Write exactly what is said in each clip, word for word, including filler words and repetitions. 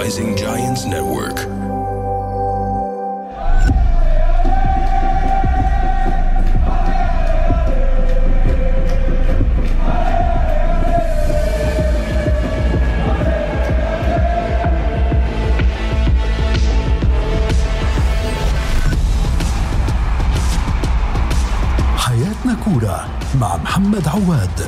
Rising Giants Network. حياتنا كورة مع محمد عواد.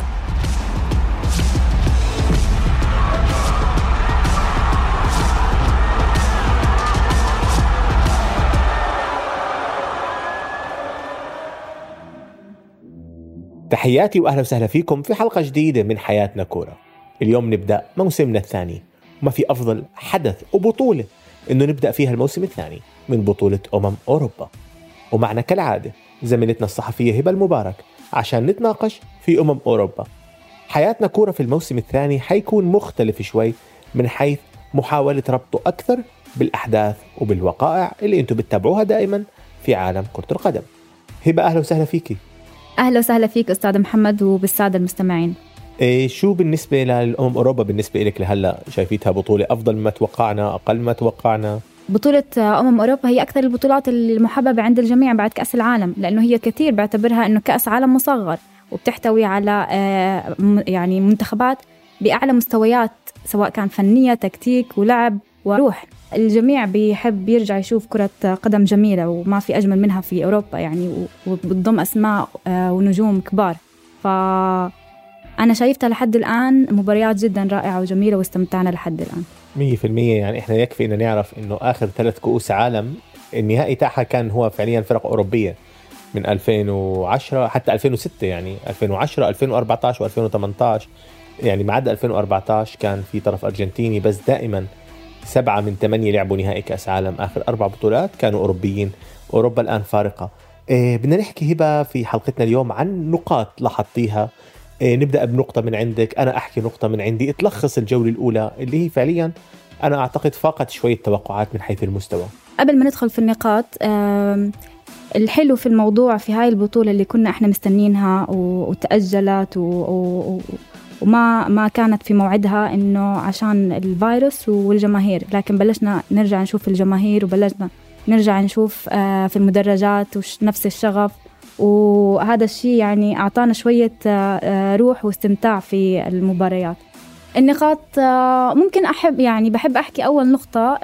تحياتي وأهلا وسهلا فيكم في حلقة جديدة من حياتنا كورة. اليوم نبدأ موسمنا الثاني، وما في أفضل حدث وبطولة إنه نبدأ فيها الموسم الثاني من بطولة أمم أوروبا. ومعنا كالعادة زميلتنا الصحفية هبة المبارك عشان نتناقش في أمم أوروبا. حياتنا كورة في الموسم الثاني حيكون مختلف شوي من حيث محاولة ربطه أكثر بالأحداث وبالوقائع اللي أنتم بتتابعوها دائما في عالم كرة القدم. هبة أهلا وسهلا فيكي. أهلا وسهلا فيك أستاذ محمد وبالسادة المستمعين. إيه شو بالنسبة للأمم أوروبا بالنسبة لك لهلأ؟ شايفيتها بطولة أفضل ما توقعنا، أقل ما توقعنا؟ بطولة أمم أوروبا هي أكثر البطولات المحببة عند الجميع بعد كأس العالم، لأنه هي كثير بعتبرها أنه كأس عالم مصغر، وبتحتوي على يعني منتخبات بأعلى مستويات سواء كان فنية تكتيك ولعب وروح. الجميع بيحب يرجع يشوف كرة قدم جميلة، وما في أجمل منها في أوروبا يعني، وبتضم أسماء ونجوم كبار. فأنا شايفتها لحد الآن مباريات جدا رائعة وجميلة واستمتعنا لحد الآن مية في المية. يعني إحنا يكفي إن نعرف إنه آخر ثلاث كؤوس عالم النهائي تاعها كان هو فعليا فرق أوروبية من ألفين وعشرة حتى ألفين وستة، يعني ألفين وعشرة ألفين وأربعة عشر وألفين وثمانية عشر، يعني ما عدا ألفين وأربعة عشر كان في طرف أرجنتيني بس. دائما سبعة من ثمانية لعبوا نهائي كأس عالم، آخر أربع بطولات كانوا أوروبيين. أوروبا الآن فارقة. إيه بدنا نحكي هبة في حلقتنا اليوم عن نقاط لاحظتيها. إيه نبدأ بنقطة من عندك، أنا أحكي نقطة من عندي. تلخص الجولة الأولى اللي هي فعليا أنا أعتقد فاقت شوية توقعات من حيث المستوى. قبل ما ندخل في النقاط، الحلو في الموضوع في هاي البطولة اللي كنا إحنا مستنينها وتأجلت و... و... وما ما كانت في موعدها إنه عشان الفيروس والجماهير، لكن بلشنا نرجع نشوف الجماهير وبلشنا نرجع نشوف في المدرجات وش نفس الشغف، وهذا الشيء يعني أعطانا شوية روح واستمتاع في المباريات. النقاط ممكن أحب يعني بحب أحكي أول نقطة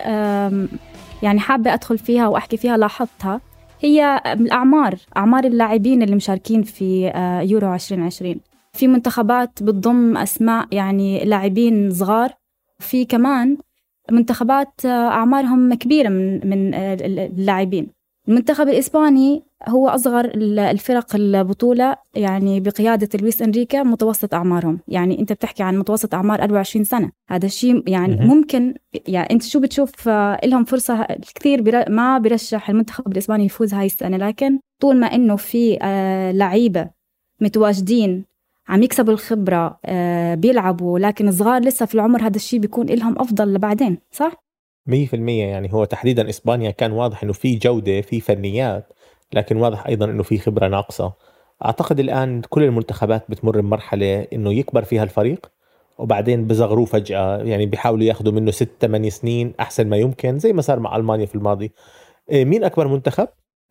يعني حابة أدخل فيها وأحكي فيها لاحظتها، هي الأعمار أعمار اللاعبين اللي مشاركين في يورو عشرين عشرين. في منتخبات بتضم أسماء يعني لاعبين صغار، في كمان منتخبات أعمارهم كبيرة من من اللاعبين. المنتخب الإسباني هو أصغر الفرق البطولة يعني بقيادة لويس إنريكا، متوسط أعمارهم يعني أنت بتحكي عن متوسط أعمار أربعة وعشرين سنة. هذا الشيء يعني م- ممكن يعني أنت شو بتشوف لهم فرصة كثير بر... ما برشح المنتخب الإسباني يفوز هاي السنة، لكن طول ما إنه في لعيبة متواجدين عم يكسبوا الخبرة بيلعبوا، لكن الصغار لسه في العمر، هذا الشيء بيكون لهم أفضل لبعدين. صح؟ مية في المية. يعني هو تحديدا إسبانيا كان واضح إنه في جودة في فنيات، لكن واضح أيضا إنه في خبرة ناقصة. أعتقد الآن كل المنتخبات بتمر بمرحلة إنه يكبر فيها الفريق وبعدين بزغروه فجأة، يعني بيحاولوا ياخدوا منه ست ثمانية سنين أحسن ما يمكن، زي ما صار مع ألمانيا في الماضي. مين أكبر منتخب؟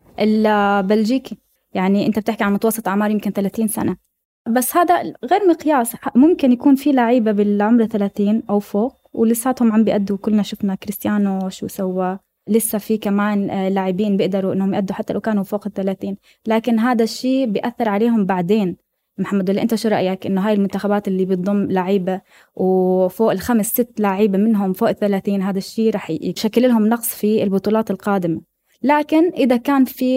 البلجيكي. يعني أنت بتحكي عن متوسط أعمار يمكن ثلاثين سنة، بس هذا غير مقياس. ممكن يكون في لعيبة بالعمر ثلاثين أو فوق ولساتهم عم بيأدوا. كلنا شفنا كريستيانو شو سوى، لسه في كمان لاعبين بيقدروا إنهم يأدوا حتى لو كانوا فوق الثلاثين، لكن هذا الشيء بيأثر عليهم بعدين. محمد ولا أنت شو رأيك إنه هاي المنتخبات اللي بتضم لعيبة وفوق الخمس ست لعيبة منهم فوق الثلاثين، هذا الشيء رح يشكل لهم نقص في البطولات القادمة. لكن إذا كان في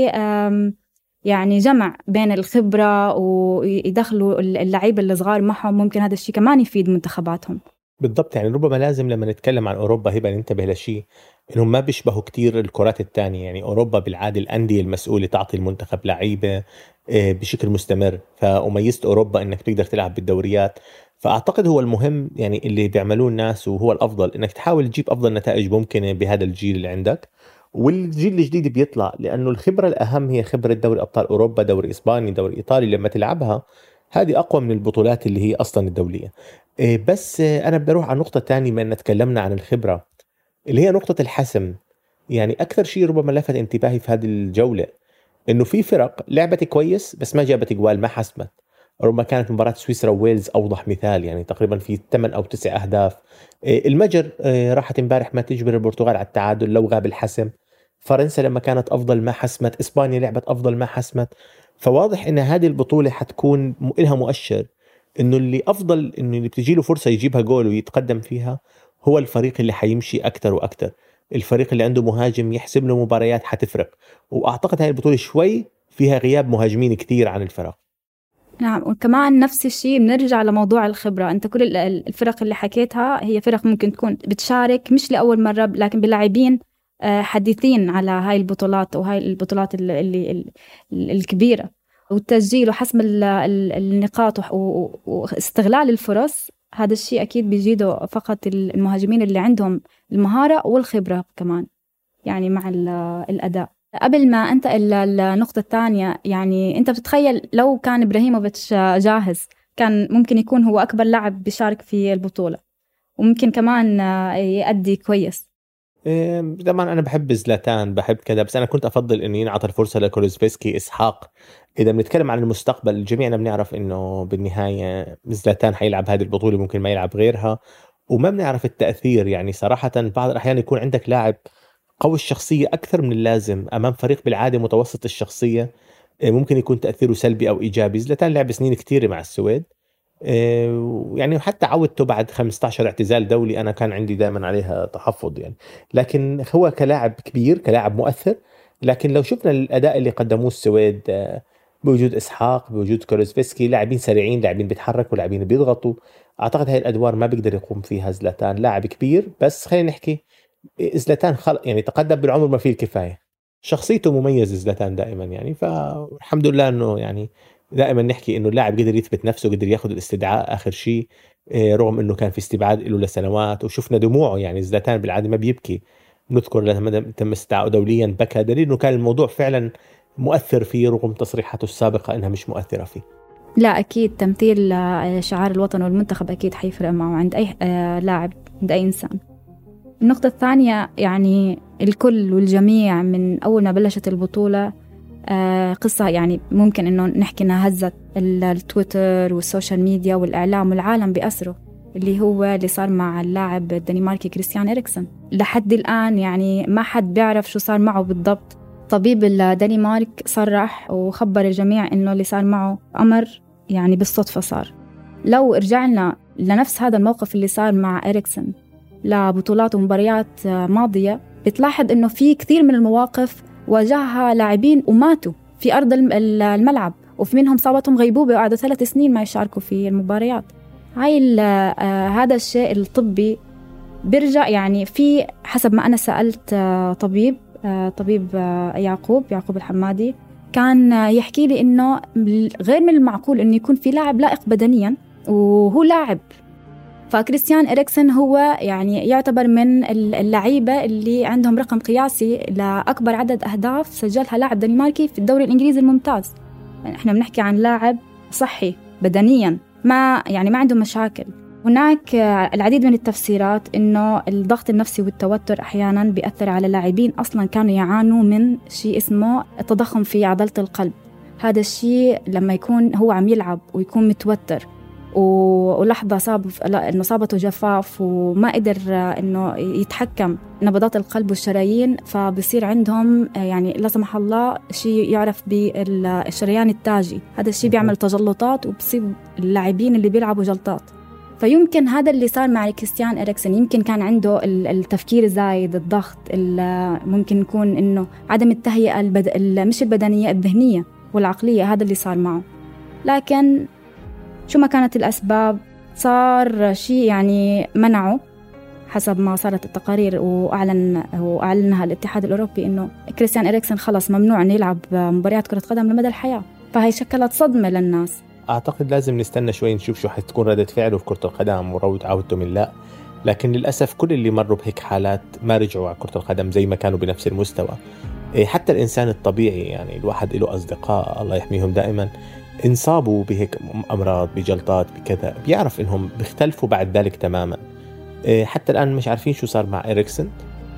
يعني جمع بين الخبرة ويدخلوا اللعيبة الصغار معهم، ممكن هذا الشيء كمان يفيد منتخباتهم. بالضبط. يعني ربما لازم لما نتكلم عن أوروبا هبة ننتبه لشيء، إنهم ما بيشبهوا كتير الكرات التانية. يعني أوروبا بالعادة الأندية المسؤولة تعطي المنتخب لعيبة بشكل مستمر، فأميزت أوروبا إنك تقدر تلعب بالدوريات. فأعتقد هو المهم يعني اللي بيعملوه الناس، وهو الأفضل إنك تحاول تجيب أفضل نتائج ممكنة بهذا الجيل اللي عندك، والجيل الجديد بيطلع، لأنه الخبرة الأهم هي خبرة دوري أبطال أوروبا، دوري إسباني، دوري إيطالي. لما تلعبها هذه أقوى من البطولات اللي هي أصلا الدولية. بس أنا بدي أروح على نقطة تانية، ما أن تكلمنا عن الخبرة. اللي هي نقطة الحسم. يعني أكثر شيء ربما لفت انتباهي في هذه الجولة إنه في فرق لعبت كويس بس ما جابت جوال، ما حسمت. ربما كانت مباراة سويسرا وويلز أوضح مثال، يعني تقريبا في ثمان أو تسع أهداف. المجر راحت امبارح ما تجبر البرتغال على التعادل لو غاب الحسم. فرنسا لما كانت أفضل ما حسمت. إسبانيا لعبت أفضل ما حسمت. فواضح إن هذه البطولة حتكون لها مؤشر إنه اللي أفضل، إنه اللي بتجيله فرصة يجيبها جول ويتقدم فيها هو الفريق اللي حيمشي أكتر وأكتر. الفريق اللي عنده مهاجم يحسم له مباريات حتفرق. وأعتقد هاي البطولة شوي فيها غياب مهاجمين كتير عن الفرق. نعم، وكمان نفس الشيء بنرجع لموضوع الخبرة. أنت كل الفرق اللي حكيتها هي فرق ممكن تكون بتشارك مش لأول مرة، لكن بلاعبين حديثين على هاي البطولات وهاي البطولات اللي, اللي الكبيرة، والتسجيل وحسم النقاط واستغلال الفرص. هذا الشيء أكيد بيجيده فقط المهاجمين اللي عندهم المهارة والخبرة كمان يعني مع الأداء. قبل ما أنتقل للنقطة الثانية، يعني أنت بتتخيل لو كان إبراهيموفيتش جاهز كان ممكن يكون هو أكبر لاعب بيشارك في البطولة، وممكن كمان يؤدي كويس. طبعا أنا بحب زلاتان، بحب كذا، بس أنا كنت أفضل إنه ينعطى الفرصة لكولوزفسكي، إسحاق. إذا بنتكلم عن المستقبل، جميعنا بنعرف إنه بالنهاية زلاتان حيلعب هذه البطولة، ممكن ما يلعب غيرها، وما بنعرف التأثير. يعني صراحة بعض الأحيان يكون عندك لاعب قوي الشخصية أكثر من اللازم أمام فريق بالعادة متوسط الشخصية، ممكن يكون تأثيره سلبي أو إيجابي. زلاتان لعب سنين كتير مع السويد، يعني حتى عودته بعد خمسة عشر اعتزال دولي أنا كان عندي دائما عليها تحفظ يعني. لكن هو كلاعب كبير، كلاعب مؤثر. لكن لو شفنا الأداء اللي قدموه السويد بوجود إسحاق، بوجود كولوزفسكي، لاعبين سريعين، لاعبين بيتحركوا، لاعبين بيضغطوا، أعتقد هاي الأدوار ما بيقدر يقوم فيها زلاتان. لاعب كبير بس خلينا نحكي زلاتان خلق يعني تقدم بالعمر ما فيه الكفاية. شخصيته مميز زلاتان دائما يعني، فالحمد لله انه يعني دائما نحكي انه اللاعب قدر يثبت نفسه، قدر ياخذ الاستدعاء اخر شيء، رغم انه كان في استبعاد له لسنوات وشفنا دموعه. يعني زلاتان بالعاده ما بيبكي، نذكر لما تم استدعائه دوليا بكى، دليل انه كان الموضوع فعلا مؤثر فيه رغم تصريحاته السابقة انها مش مؤثرة فيه. لا أكيد تمثيل شعار الوطن والمنتخب أكيد حيفرق معه عند أي لاعب، عند أي إنسان. النقطة الثانية، يعني الكل والجميع من أول ما بلشت البطولة آه قصة يعني ممكن إنه نحكي إنها هزت التويتر والسوشيال ميديا والإعلام والعالم بأسره، اللي هو اللي صار مع اللاعب الدنماركي كريستيان إريكسن. لحد الآن يعني ما حد بيعرف شو صار معه بالضبط. طبيب الدنمارك صرح وخبر الجميع إنه اللي صار معه أمر يعني بالصدفة صار. لو رجعنا لنفس هذا الموقف اللي صار مع إريكسن لبطولات ومباريات ماضية، بتلاحظ إنه في كثير من المواقف واجهها لاعبين وماتوا في أرض الملعب، وفي منهم صابتهم غيبوبة وقعدوا ثلاث سنين ما يشاركوا في المباريات. هاي هذا الشيء الطبي بيرجع يعني في حسب ما أنا سألت طبيب طبيب يعقوب يعقوب الحمادي، كان يحكي لي إنه غير من المعقول إنه يكون في لاعب لائق بدنيا وهو لاعب. فكريستيان إريكسن هو يعني يعتبر من اللعيبة اللي عندهم رقم قياسي لأكبر عدد أهداف سجلها لاعب دنماركي في الدوري الإنجليزي الممتاز. يعني إحنا بنحكي عن لاعب صحي بدنيا، ما يعني ما عنده مشاكل. هناك العديد من التفسيرات إنه الضغط النفسي والتوتر أحيانا بيأثر على لاعبين أصلا كانوا يعانوا من شيء اسمه التضخم في عضلة القلب. هذا الشيء لما يكون هو عم يلعب ويكون متوتر ولحظة صاب إنه صابته جفاف وما قدر إنه يتحكم نبضات القلب والشرايين، فبصير عندهم يعني لا سمح الله شيء يعرف بالشريان التاجي. هذا الشيء بيعمل تجلطات وبصيب اللاعبين اللي بيلعبوا جلطات. فيمكن هذا اللي صار مع كريستيان إريكسن، يمكن كان عنده التفكير زايد، الضغط، ممكن يكون إنه عدم التهيئة البد... مش البدنية، الذهنية والعقلية، هذا اللي صار معه. لكن شو ما كانت الأسباب صار شيء يعني منعه حسب ما صارت التقارير وأعلن وأعلنها الاتحاد الأوروبي إنه كريستيان إريكسن خلص ممنوع أن يلعب مباريات كرة قدم لمدى الحياة. فهي شكلت صدمة للناس. أعتقد لازم نستنى شوي نشوف شو حتكون ردة فعله في كرة القدم وروض عودته من لا. لكن للأسف كل اللي مروا بهيك حالات ما رجعوا على كرة القدم زي ما كانوا بنفس المستوى. حتى الإنسان الطبيعي يعني الواحد له أصدقاء الله يحميهم دائما انصابوا بهيك أمراض، بجلطات، بكذا، بيعرف إنهم بيختلفوا بعد ذلك تماما. حتى الآن مش عارفين شو صار مع إريكسن،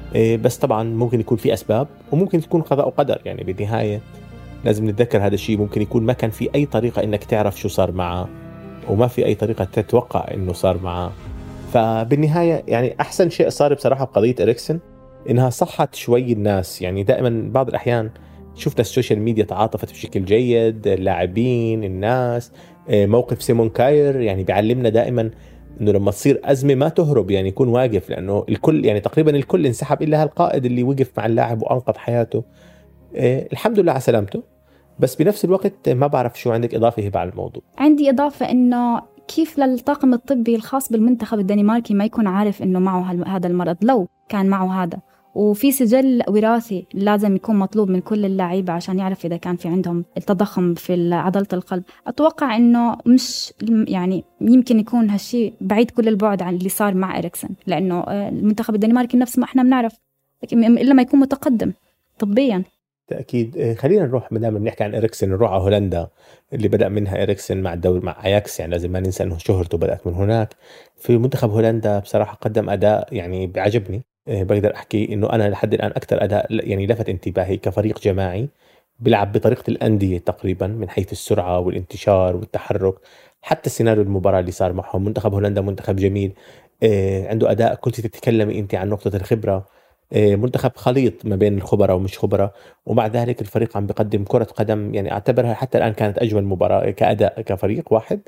بس طبعا ممكن يكون في أسباب وممكن تكون قضاء وقدر. يعني بالنهاية لازم نتذكر هذا الشيء، ممكن يكون ما كان في أي طريقة إنك تعرف شو صار معه وما في أي طريقة تتوقع إنه صار معه. فبالنهاية يعني أحسن شيء صار بصراحة بقضية إريكسن إنها صحت شوي الناس. يعني دائما بعض الأحيان شفنا السوشيال ميديا تعاطفت بشكل جيد، اللاعبين، الناس. موقف سيمون كاير يعني بيعلمنا دائما إنه لما تصير أزمة ما تهرب، يعني يكون واقف، لأنه الكل يعني تقريبا الكل انسحب إلا هالقائد اللي وقف مع اللاعب وأنقذ حياته. الحمد لله على سلامته. بس بنفس الوقت ما بعرف شو عندك إضافة هبة على الموضوع. عندي إضافة إنه كيف للطاقم الطبي الخاص بالمنتخب الدنماركي ما يكون عارف إنه معه هذا المرض لو كان معه هذا، وفي سجل وراثي لازم يكون مطلوب من كل اللاعبين عشان يعرف إذا كان في عندهم التضخم في عضلة القلب. أتوقع إنه مش يعني يمكن يكون هالشيء بعيد كل البعد عن اللي صار مع إريكسن، لأنه المنتخب الدنماركي نفس ما إحنا بنعرف إلا ما يكون متقدم طبيا. تأكيد. خلينا نروح مدام بنحكي عن إريكسن نروح على هولندا اللي بدأ منها إريكسن مع الدوري مع أياكس. يعني لازم ما ننسى أنه شهرته بدأت من هناك. في منتخب هولندا بصراحة قدم أداء يعني بيعجبني. بقدر أحكي إنه أنا لحد الآن أكتر أداء يعني لفت انتباهي كفريق جماعي بيلعب بطريقة الأندية تقريبا من حيث السرعة والانتشار والتحرك. حتى السيناريو المباراة اللي صار معهم منتخب هولندا منتخب جميل عنده أداء. كنت تتكلمي أنت عن نقطة الخبرة، منتخب خليط ما بين الخبراء ومش خبراء، ومع ذلك الفريق عم بيقدم كرة قدم يعني أعتبرها حتى الآن كانت أجمل مباراة كأداء كفريق واحد.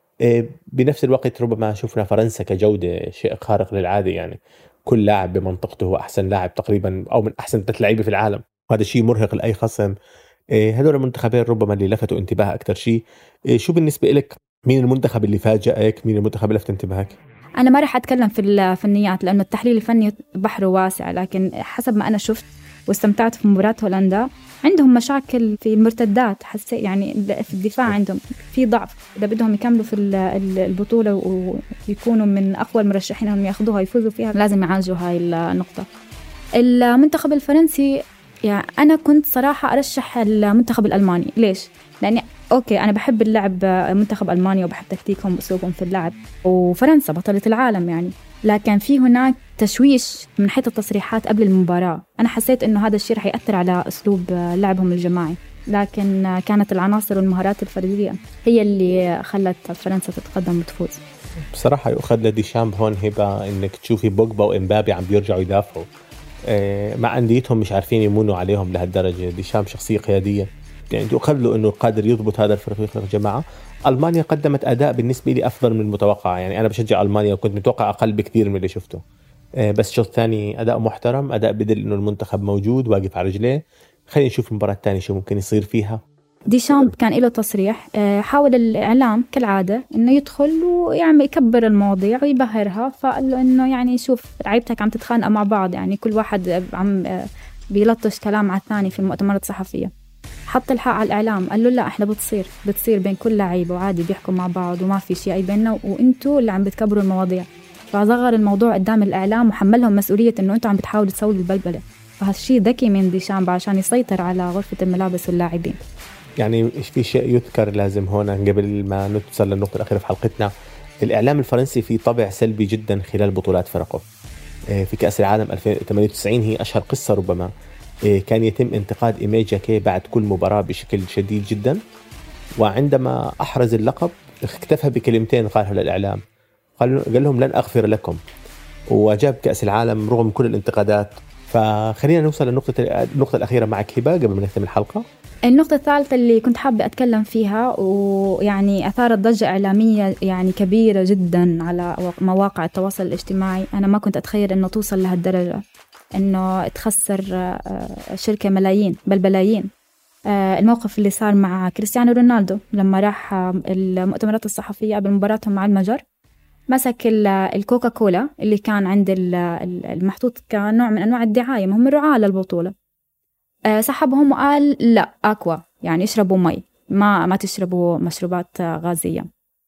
بنفس الوقت ربما شفنا فرنسا كجودة شيء خارق للعادة، يعني كل لاعب بمنطقته هو أحسن لاعب تقريبا أو من أحسن ثلاث لاعبين في العالم، وهذا شيء مرهق لأي خصم. هذول المنتخبين ربما اللي لفتوا انتباه أكتر شيء. شو بالنسبة لك مين المنتخب اللي فاجأك؟ مين المنتخب اللي لفت انتباهك؟ أنا ما رح أتكلم في الفنيات لأنه التحليل الفني بحره واسع، لكن حسب ما أنا شفت واستمتعت في مباراة هولندا عندهم مشاكل في المرتدات. حسيت يعني في الدفاع عندهم في ضعف. إذا بدهم يكملوا في البطولة ويكونوا من أقوى المرشحين أنهم يأخذوها يفوزوا فيها لازم يعالجوا هاي النقطة. المنتخب الفرنسي يعني أنا كنت صراحة أرشح المنتخب الألماني. ليش؟ لأني أوكي أنا بحب اللعب منتخب ألمانيا وبحب تكتيكهم وأسلوبهم في اللعب، وفرنسا بطلة العالم يعني، لكن في هناك تشويش من حيث التصريحات قبل المباراة. أنا حسيت إنه هذا الشيء رح يأثر على أسلوب لعبهم الجماعي، لكن كانت العناصر والمهارات الفردية هي اللي خلت فرنسا تتقدم وتفوز. بصراحة يؤخذ لديشامب هون هبة إنك تشوفي بوجبا وإمبابي عم بيرجعوا يدافعوا مع أنديتهم مش عارفين يمونوا عليهم لهالدرجة. ديشامب شخصية قيادية يعني تؤخذ له إنه قادر يضبط هذا الفريق يا جماعة. ألمانيا قدمت أداء بالنسبة لي أفضل من المتوقع. يعني أنا بشجع ألمانيا وكنت متوقع أقل بكثير من اللي شفته، بس شوط ثاني أداء محترم، أداء بدل إنه المنتخب موجود واقف على رجليه. خلينا نشوف المباراة الثانية شو ممكن يصير فيها. ديشامب كان له تصريح، حاول الإعلام كالعادة إنه يدخل ويعمل يكبر المواضيع ويبهرها، فقال له إنه يعني شوف لعيبتك عم تتخانق مع بعض، يعني كل واحد عم بيلطش كلام على الثاني في المؤتمرات الصحفية. حط الحق على الإعلام قال له لا إحنا بتصير بتصير بين كل لعيبة وعادي بيحكوا مع بعض وما في شيء أي بيننا وإنتوا اللي عم بتكبروا المواضيع. فصغر الموضوع قدام الإعلام وحملهم مسؤولية إنه إنتوا عم بتحاولوا تسووا البلبلة. فهالشيء ذكي من ديشامب عشان يسيطر على غرفة الملابس واللاعبين. يعني في شيء يذكر لازم هنا قبل ما نوصل للنقطة الأخيرة في حلقتنا. الإعلام الفرنسي في طابع سلبي جدا خلال بطولات فرقه. في كأس العالم ألفين وثمانية وتسعين هي أشهر قصة ربما. كان يتم انتقاد إيمي جاكي بعد كل مباراة بشكل شديد جدا، وعندما أحرز اللقب اكتفى بكلمتين قالها للإعلام، قال لهم لن أغفر لكم، وجاب كأس العالم رغم كل الانتقادات. فخلينا نوصل للنقطة النقطة الأخيرة معك هبة قبل ما نختم الحلقة. النقطة الثالثة اللي كنت حابة أتكلم فيها ويعني أثارت ضجة إعلامية يعني كبيرة جدا على مواقع التواصل الاجتماعي. أنا ما كنت أتخيل أنه توصل لهالدرجة، أنه تخسر شركة ملايين بل بلايين. الموقف اللي صار مع كريستيانو رونالدو لما راح المؤتمرات الصحفية قبل مباراتهم مع المجر، مسك الكوكا كولا اللي كان عند المحطوط كنوع من أنواع الدعاية، مهم الرعاة للبطولة، سحبهم وقال لا أكوا، يعني اشربوا مي، ما ما تشربوا مشروبات غازية.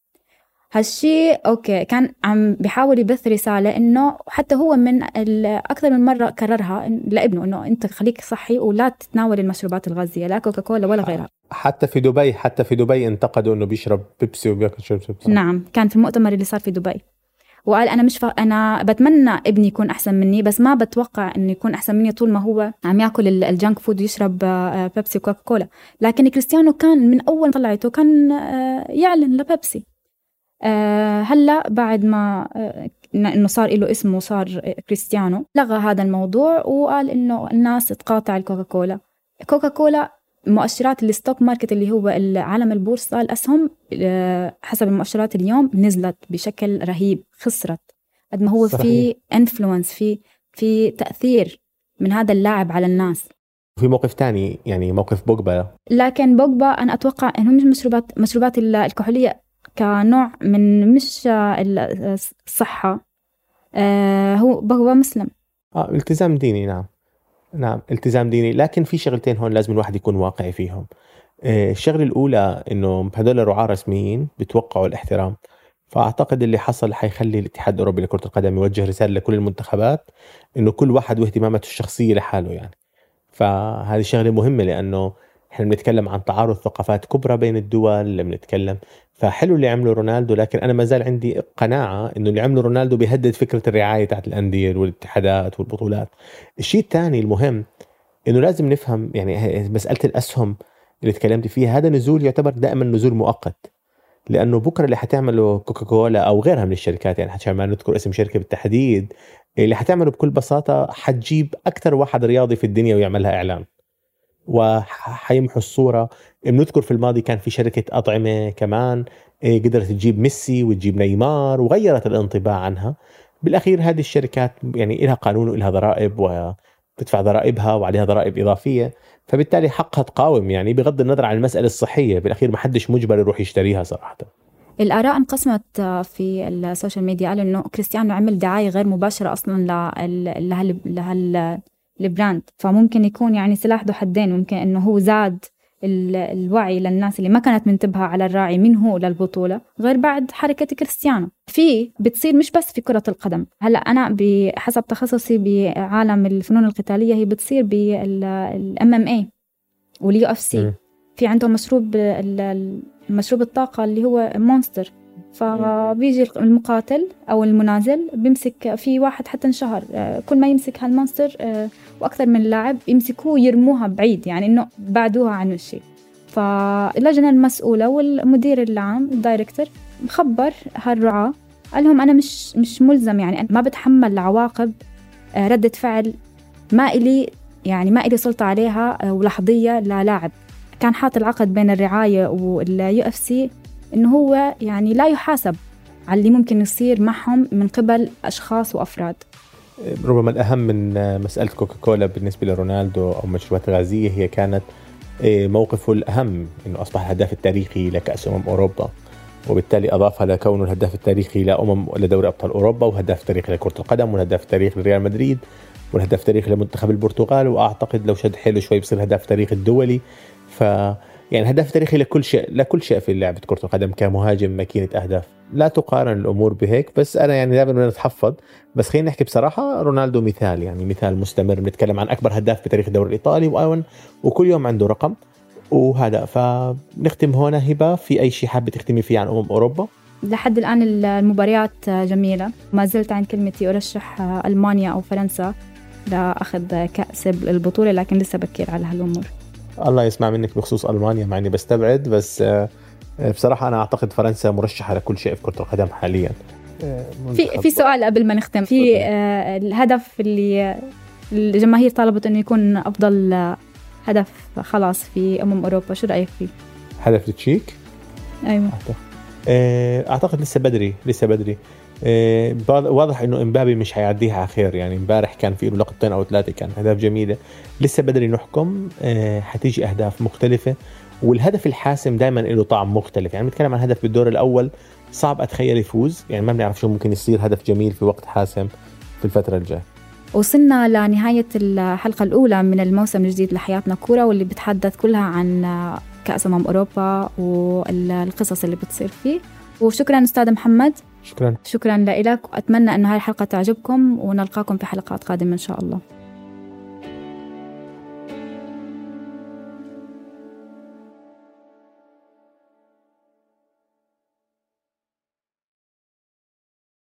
هالشي أوكي كان عم بيحاول يبث رسالة إنه حتى هو من أكثر من مرة كررها لابنه إنه أنت خليك صحي ولا تتناول المشروبات الغازية لا كوكا كولا ولا غيرها. حتى في دبي حتى في دبي انتقدوا إنه بيشرب بيبسي وبياكل شرب. نعم كان في المؤتمر اللي صار في دبي. وقال أنا مش ف... أنا بتمنى ابني يكون أحسن مني، بس ما بتوقع إنه يكون أحسن مني طول ما هو عم يأكل الجانك فود ويشرب بيبسي وكوكا كولا. لكن كريستيانو كان من أول طلعته كان يعلن لبيبسي. هلأ بعد ما إنه صار له اسمه صار كريستيانو، لغى هذا الموضوع وقال إنه الناس تقاطع الكوكا كولا. كوكا كولا مؤشرات الستوك ماركت اللي هو عالم البورصة، الأسهم حسب المؤشرات اليوم نزلت بشكل رهيب، خسرت قد ما هو صحيح. في انفلونس، في في تأثير من هذا اللاعب على الناس. في موقف تاني يعني موقف بوجبا، لكن بوجبا أنا أتوقع إنه مش مشروبات مشروبات الكحولية كنوع من مش الصحة. آه هو بوجبا مسلم. آه التزام ديني. نعم نعم التزام ديني. لكن في شغلتين هون لازم الواحد يكون واقعي فيهم. الشغله الاولى انه هذول رعاة رسميين بتوقعوا الاحترام، فاعتقد اللي حصل حيخلي الاتحاد الاوروبي لكره القدم يوجه رساله لكل المنتخبات انه كل واحد واهتماماته الشخصيه لحاله يعني. فهذه شغله مهمه لانه احنا بنتكلم عن تعارض ثقافات كبرى بين الدول اللي بنتكلم. فحلو اللي عمله رونالدو، لكن انا ما زال عندي قناعه انه اللي عمله رونالدو بيهدد فكره الرعايه تحت الانديه والاتحادات والبطولات. الشيء الثاني المهم انه لازم نفهم يعني مساله الاسهم اللي تكلمت فيها، هذا نزول يعتبر دائما نزول مؤقت، لانه بكره اللي حتعمله كوكا كولا او غيرها من الشركات، يعني حتى ما نذكر اسم شركه بالتحديد، اللي حتعمله بكل بساطه حتجيب اكثر واحد رياضي في الدنيا ويعملها اعلان وحيمحوا الصورة. بنذكر في الماضي كان في شركة أطعمة كمان قدرت تجيب ميسي وتجيب نيمار وغيرت الانطباع عنها. بالأخير هذه الشركات يعني إلها قانون وإلها ضرائب وتدفع ضرائبها وعليها ضرائب إضافية، فبالتالي حقها تقاوم يعني بغض النظر عن المسألة الصحية. بالأخير ما حدش مجبر يروح يشتريها صراحة. الآراء انقسمت في السوشيال ميديا، قالوا إنه كريستيانو عمل دعاية غير مباشرة أصلاً لهال لهال البراند، فممكن يكون يعني سلاح ذو حدين. ممكن إنه هو زاد الوعي للناس اللي ما كانت منتبهة على الراعي من هو للبطولة، غير بعد حركة كريستيانو في بتصير مش بس في كرة القدم. هلأ أنا بحسب تخصصي بعالم الفنون القتالية هي بتصير بالام ام اي واليو اف سي. في عندهم مشروب المشروب الطاقة اللي هو مونستر، فبيجي المقاتل أو المنازل بيمسك في واحد حتى انشهر كل ما يمسك هالمونستر وأكثر من لاعب يمسكوه يرموها بعيد، يعني إنه بعدوها عن الشيء. فاللجنة المسؤولة والمدير العام الدايركتور مخبر هالرعاة، قال لهم أنا مش مش ملزم، يعني ما بتحمل عواقب ردة فعل ما إلي يعني ما إلي سلطة عليها ولحظية للاعب. كان حاط العقد بين الرعاية واليو اف سي إنه هو يعني لا يحاسب على اللي ممكن يصير معهم من قبل أشخاص وأفراد. ربما الأهم من مسألة كوكا كولا بالنسبة لرونالدو أو مشروبات غازية هي كانت موقفه الأهم، إنه أصبح الهداف التاريخي لكأس أمم أوروبا، وبالتالي أضافها لكونه الهداف التاريخي لأمم لدوري أبطال أوروبا، وهداف تاريخي لكرة القدم، والهداف التاريخي لريال مدريد، والهداف التاريخي لمنتخب البرتغال، وأعتقد لو شد حيله شوي بصير هداف تاريخي الدولي. ف يعني هدف تاريخي لكل شيء لكل شيء في لعبة كرة القدم كمهاجم ماكينة أهداف. لا تقارن الأمور بهيك، بس أنا يعني دائما نتحفظ. بس خلينا نحكي بصراحة، رونالدو مثال يعني مثال مستمر. بنتكلم عن أكبر هداف بتاريخ الدوري الإيطالي وأون وكل يوم عنده رقم وهذا. فنختم هنا. هبة، في أي شيء حابة تختمي فيه عن أمم أوروبا؟ لحد الآن المباريات جميلة، ما زلت عن كلمتي أرشح ألمانيا أو فرنسا لأخذ كأس البطولة، لكن لسه بكير على هالأمور. الله يسمع منك بخصوص ألمانيا، مع إني بستبعد، بس بصراحة أنا أعتقد فرنسا مرشحة لكل شيء في كرة القدم حاليا. في في سؤال قبل ما نختم، في الهدف اللي الجماهير طالبت إنه يكون أفضل هدف خلاص في أمم أوروبا، شو رأيك فيه؟ هدف التشيك؟ أيوة. أعتقد لسه بدري لسه بدري. واضح إنه إمبابي مش هيعديها على خير، يعني امبارح كان في له لقطتين أو ثلاثة كان أهداف جميلة. لسه بدري نحكم، حتيجي أهداف مختلفة، والهدف الحاسم دائما له طعم مختلف. يعني نتكلم عن هدف بالدور الأول صعب أتخيل يفوز، يعني ما بنعرف شو ممكن يصير هدف جميل في وقت حاسم في الفترة الجاية. وصلنا لنهاية الحلقة الأولى من الموسم الجديد لحياتنا كورة، واللي بتحدث كلها عن كأس أمم أوروبا والقصص اللي بتصير فيه. وشكرا أستاذ محمد. شكرا شكرا لك، وأتمنى أن هاي الحلقة تعجبكم، ونلقاكم في حلقات قادمة إن شاء الله.